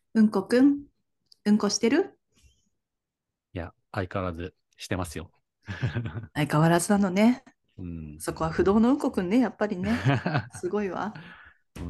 うんこくん、うんこしてる？ いや、相変わらずしてますよ。 相変わらずなのね。 うん。 そこは不動のうんこくんね、やっぱりね。すごいわ。 うん、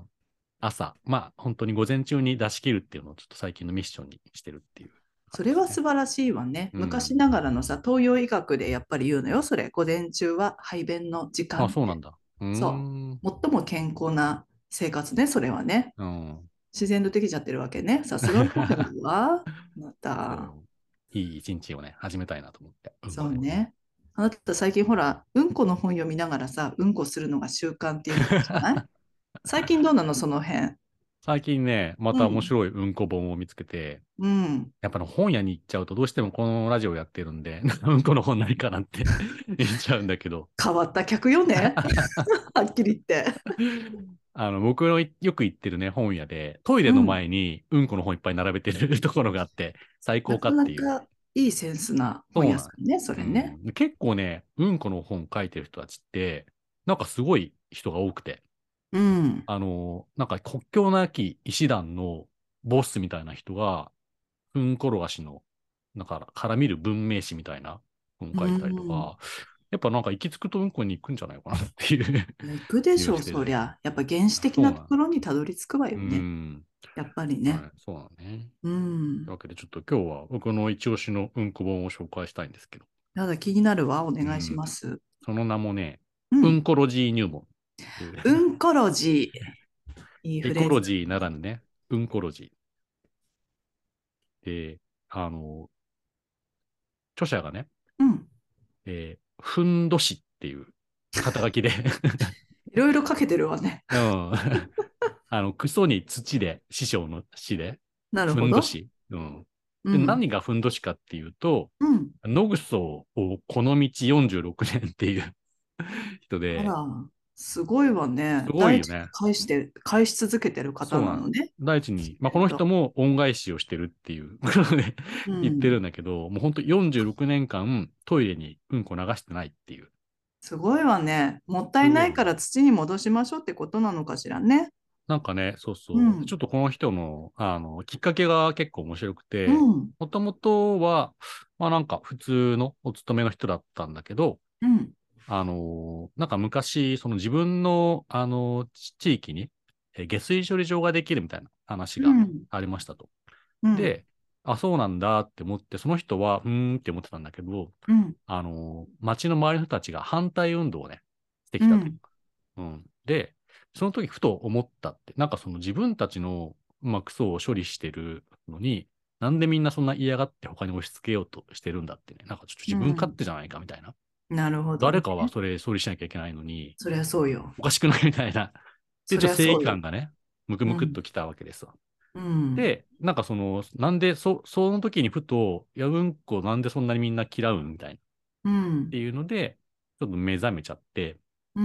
朝、まあ、本当に午前中に出し切るっていうのをちょっと最近のミッションにしてるっていう感それはじですね。 素晴らしいわね。 うん。 昔ながらのさ、東洋医学でやっぱり言うのよ、それ。午前中は排便の時あ、 間って。 そうなんだ。うーそん。 う。最も健康な生活ね、それはね。 うん。 自然とできちゃってるわけね。さすがカフェだわ。また。 そう。いい一日をね、始めたいなと思って。うんこで。 そうね。あなた最近ほら、うんこの本読みながらさ、うんこするのが習慣って言ってたじゃない？最近どうなのその辺？ 最近ね、また面うん。 白いうんこ本を見つけて、 うん。 やっぱ本屋に行っちゃうとどうしてもこのラジオやってるんで、うんこの本ないかなって言っちゃうんだけど、 変わった客よね。はっきり言って。 僕のよく行ってるね、本屋で、トイレのうん。 前にうんこの本いっぱい並べてるところがあって、最高かなかっていう。 なかいいセンスな本そうなん。 屋さんね、それね。 うん。結構ね、うんこの本書いてる人たちって、なんかすごい人が多くて、 うん。 なんか国境なき医師団のボスみたいな人が、うんこ転がしの、だから見る文明史みたいな本う書いたりとん。 か、やっぱなんか行き着くとうんこに行くんじゃないかなっていう行くで気しょう、 がしてて。 そりゃ。やっぱ原始的そうなん。 なところにたどり着くわうよね。 ん。 やっぱりね。 はい、そうなのね。 うん。 というわけで、ちょっと今日は僕の一押しのうんこ本を紹介したいんですけど、 やだ、気になるわ。お願いしうん。 ます。 その名もね、 うん。 うんこロジー入門っていう。 うんころじ。いいエフレーズだ。 コロジーならぬね、うんこロジー。で、あの、著者がね、 うん。 ふんどしっていう肩書きで。 いろいろかけてるわね。 うん。クソに土で、師匠の師で、 なるふほど。 んどし。うん。で、 うん。 何がふんどしかっていうと、 うん。 野ぐそをこの道46年っていう人で、 あら、すごいわすね。大事にごいよね。 返し続けてる方そうなの。 なのね。 第一に、まあ、この人と。 も恩返しをしてるっていうことで言ってるうん。 んだけど、もう本当46年間トイレにうんこ流してないっていう。 すごいわね。もったいないかすごいよ。 ら土に戻しましょうってことなのかしらね。 なんかね、そうそう。ちうん。 ょっとこの人の、きっかけが結構面白くうて、 ん。 もともとは、まあなんか普通のお勤めの人だったんだけど、 うん。 なんか昔、その自分の、地域に、下水処理場ができるみたいな話がうん。 ありましたと。 うん。 で、あ、そうなんだって思って、その人は、って思ってたんだけど、 うん。 町の周りの人たちが反対運動をね、してきたと。 うん。 うん。で、その時ふと思ったって、なんかその自分たちの、まあ、クソを処理してるのに、なんでみんなそんな嫌がって他に押し付けようとしてるんだってね。なんかちょっと自分勝うん。 手じゃないかみたいな。 なるほどね。 誰かはそれ処理しなきゃいけないのに、 そりゃそうよ。 おかしくないみたいな。で、 そりちょっと正義ゃそうよ。 感がね、ムクムクっうん。 ときたわけですわ。 うん。 で、なんかなんでその時にふと、いや、うんこなんでそんなにみんな嫌うんみたいな。っうん。 ていうので、ちょっと目覚めちゃって、 うん。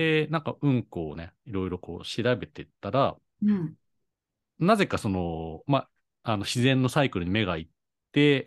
で、なんかうんこをね、いろいろこう調べていったら、 うん。 なぜかまあ、自然のサイクルに目がいって、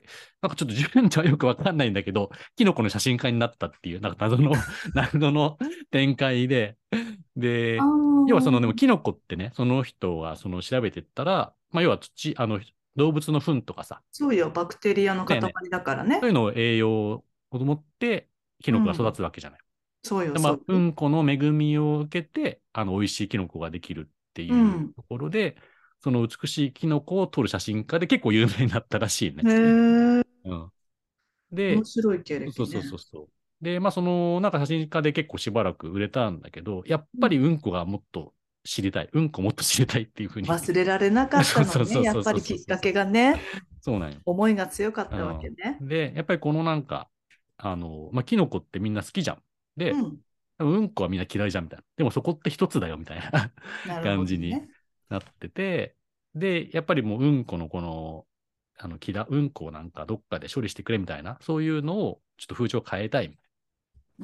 なんかちょっと自分じゃよくわかんないんだけど、キノコの写真家になったっていう、なんか謎の謎の展開で、 あで、要はでもあ。 キノコってね、その人が調べてったら、まあ、要は動物の糞とかさ、 そうよ。バクテリアの塊だよね。 だからね。 そういうのを栄養を持って、キノコが育うん。 つわけじゃない。 そうよ、 で、まあ、 そうよ。 うんこの恵みを受けて、美味しいキノコができるってうん。 いうところで、その美しいキノコを撮る写真家で結構有名になったらしいね。 へえ。 うん。で、 面白い経歴ね。 そうそうそうそう。で、まあ、なんか写真家で結構しばらく売れたんだけど、やっうん。 ぱりうんこがもっと知りたい。うんこもっと知りたいっていうふうに。 忘れられなかっそうたのね。 そうそうそうやっぱそうそうそう。 りきっかけがね。 そうなんよ。 思いが強かったわけうん。 ね。 で、やっぱりこのなんか、まあ、キノコってみんな好きじゃん。で、 うん。 うんこはみんな嫌いじゃんみたいな。でもそこって一つだよみたいななるほ感じにどね。 なってて、で、やっぱりもううんこのうんこをなんかどっかで処理してくれみたいな、そういうのをちょっと風潮を変えたいっうん。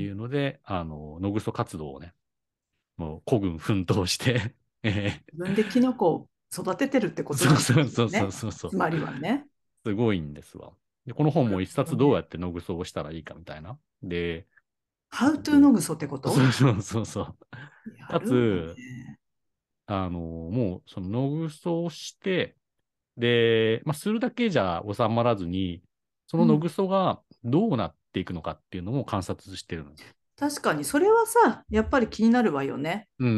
ていうので、野ぐそ活動をね、もう孤軍奮闘して、 自分でキノコを育ててるってことそうなんでそうそうそうすよね。 そうそう、 つまりはね。 すごいんですわ。で、この本なるも一ほどね。 冊どうやって野ぐそをしたらいいかみたいな。で、 ハウトゥーもノグソってこう、そと？ うそうそうそう。かやるわつ、 ね。 もう、野ぐそをして、 で、まあ、するだけじゃ収まらずに、その野うん。 ぐそがどうなっていくのかっていうのも観察してるの。 確かに、それはさ、やっぱり気になるわよね。 うん。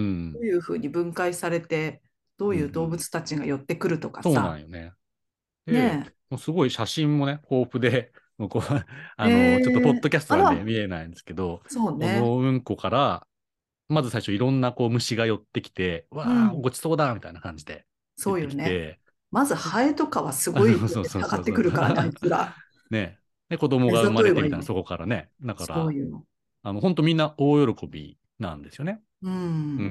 どういうふうに分解されて、どういう動うんうん。 物たちが寄ってくるとかそうなさ。 んよね。で、 ねもうすごい写真もね、豊富で、もうこう、 え。 ちょっとポッドキャストなんであら、 見えないんですけど、こそうね。 のうんこから、まず最初いろんなこう虫が寄ってきて、わあ、 うん。 ごちそうだみたいな感じで寄ってそうよね。 きて、 まずハエとかはすごいそうそうかかってそうそう。 くるからね、あいつら。 ね。で、子供目ざが生まといわよ。 れてみたいな、そこからね。だから、 そうよ。 本当みんな大喜びなんですよね。 うん。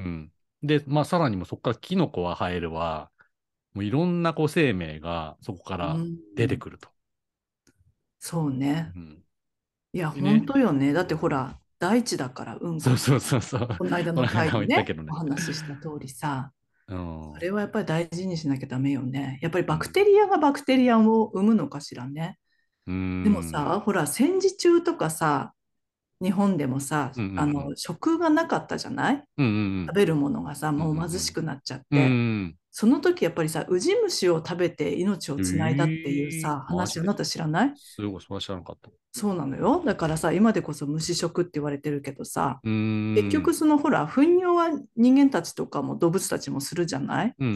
うん。で、まあ、さらにもそこからキノコは生えるわ、もういろんなこう生命がそこからうん。 出てくると。 そうね。 うん。 いや、 でね、 本当よね。だってほら、大地だからうんこって。 そうそうそうそう。 この間このの間も言ったけ回でね、 どね。 お話しした通りさ、 うん。うそれはやっぱり大事にしなきゃダメよね。やっぱりバクん。 テリアがバクテリアを生むのかしらね。 うでもん。 さ、ほら、戦時中とかさ、日本でもさ、 うん。 食がなかったじゃない。 うん。うん。 食べるものがさ、 うん。うもう貧しん。 くなっちゃっうん。 て。 うん。 その時やっぱりさ、ウジ虫を食べて命をつないだっていうさ、 マジで。 話あなた知らない？ すごい、それは知らなかった。 そうなのよ。だからさ、今でこそ虫食って言われてるけどさ、 うーん。 結局そのほら、糞尿は人間たちとかも動物たちもするじゃない。 うん。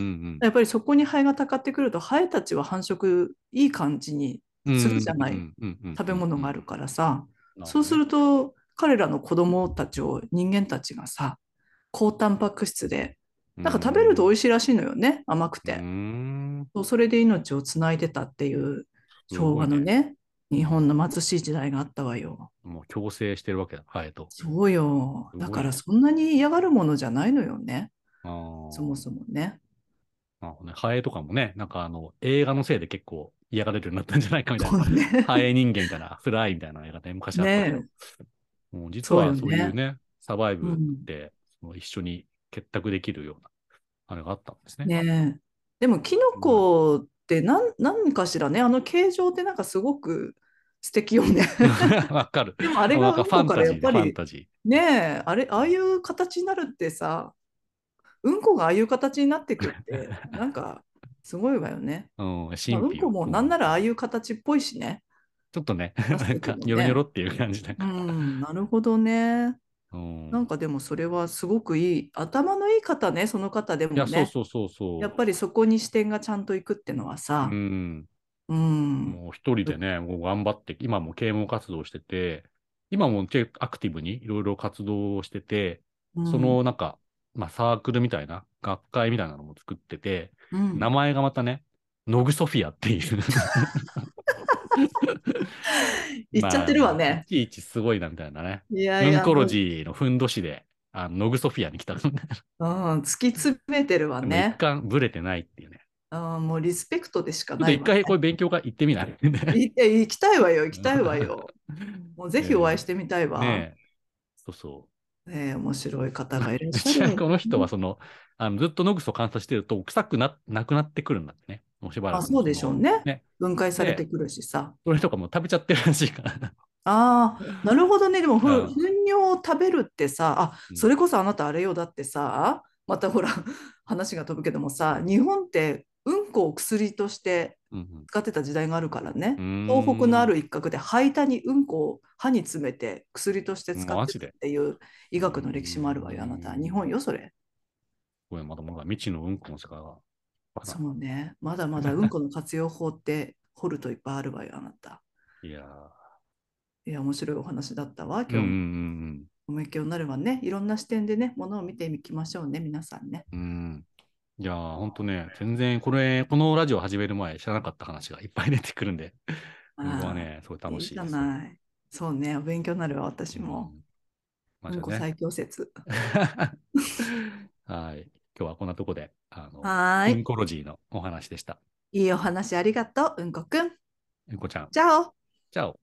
やっぱりそこにハエがたかってくると、ハエたちは繁殖いい感じにするうん。うん。 じゃない。 うん。うん。うん。 食べうん。うん。 物があるからさ。 なるほどね。 そうすると、彼らの子供たちを人間たちがさ、高タンパク質で、 うーなんか食べると美ん。 味しいらしいのよね、甘くうーて。 ん。 そうそれで命をつないでたっていう昭すごいね。 和のね、日うん。 本の貧しい時代があったわよ。 もう共生してるわけだ。ハエと。 そうよ。だからすごいね。 そんなに嫌がるものじゃないのよね。 ああ。 そもそもね。 なるほどね。ハエとかもね、なんか映画のせいで結構嫌がれるようになったんじゃないかみたいな。 そうね。 ハエ人間みたいな、フライみたいな映画ね、昔あったけど。 ねえ。 もう実そうはそういうよね。 ね、サバイブうん。 でその一緒に結託できるような、あれがあったんですね。 ねえ。でも、キノすごい。 コって何かしらね、あの形状ってなんかすごく素敵よね。 わかる。 でもあれがなんかファうんこからンタジーで、ファンやっぱり、 タジねえ、あれ、あー。うん。 あいう形になるってさ、うんこがああいう形になってくって、なんかすごいわよね。 うん、 まあ、 神秘をうんこもなん込めて。 ならああいう形っぽいしね。 ちょっとね、 出しなんてくかニョロニョのね。 ロっていう感じだうから。 ん、なるほどね。 うん。 なんかでもそれはすごくいい、頭のいい方ね、その方でいや、そうもね。 そうそうやっそぱりそこに視点がちゃんといくってのはう。うさ、 ん。 うん、 もう一人でね、もう頑張って、今も啓蒙活動してて、今も結構アクティブにいろいろ活動をしてて、そうん、 のなんか、まあサークルみたいな、学会みたいなのも作ってて、 うん。 名前がまたね、ノグソフィアっていう言っちゃってるまあもう、いわね。 ちいちすごいなみたいなね。 いやいや、 うんこロもう、 ジーのふんどしで、ノグソフィアに来たのね。 うん、突き詰めてるわでも一ね。 貫ブレてないっていうね。 うん、もうリスペクトでしかちょっと一ないわね。 回これ勉強会行ってみない？ね。 行きたいわよ、行きたいわよ。もうぜひお会いしてみたいわ。 ねえ、そうそう。 面白い方がいらっしゃちなみにる。 この人はずっと野グソ観察してると臭くなくなってくるんだってね。もうしばらあ、 くのそうでしょうね。 ね。 分解されてで、 くるしさ。 それとかも食べちゃってるらしいから。 ああ、なるほどね。でも、 うん。 糞尿を食べるってさ、あ、 うん。 それこそあなたあれよ。だってさ、またほら、話が飛ぶけどもさ、日本ってうんこを薬としてうん。 使ってた時代があるからね。 う東北のあん。 る一角で灰田にうんこを歯に詰めて薬として使ってたっマジで。 ていう医う学の歴史もあるわよ、あなた。日本ん。 よ、それ。 これまだまだ未知のうんこの世界が。わからそうね。まだまだうんこの活用法って掘るといっぱいあるわよ、あなた。 ん。いやー。 いや、面白いお話だったわ、 うんう今日も。 んお勉強になるわね。いろんな視点でね、ものを見ていきましょうね、皆さんね。 うんうん。うん。いやー、ほんとね、全然このラジオ始める前知らなかった話がいっぱい出てくるんで、僕はああ、 ね、すごい楽いいじゃしいです。 ない。そうね、お勉強になるわ、私も。 うん。まあじゃあね。 うんこ最強説。 はい。今日はこんなとこで、 はーい。 うんこロジーのお話でした。 いいお話ありがとう、うんこくん。 うんこちゃん。 チャオ。 じゃあ。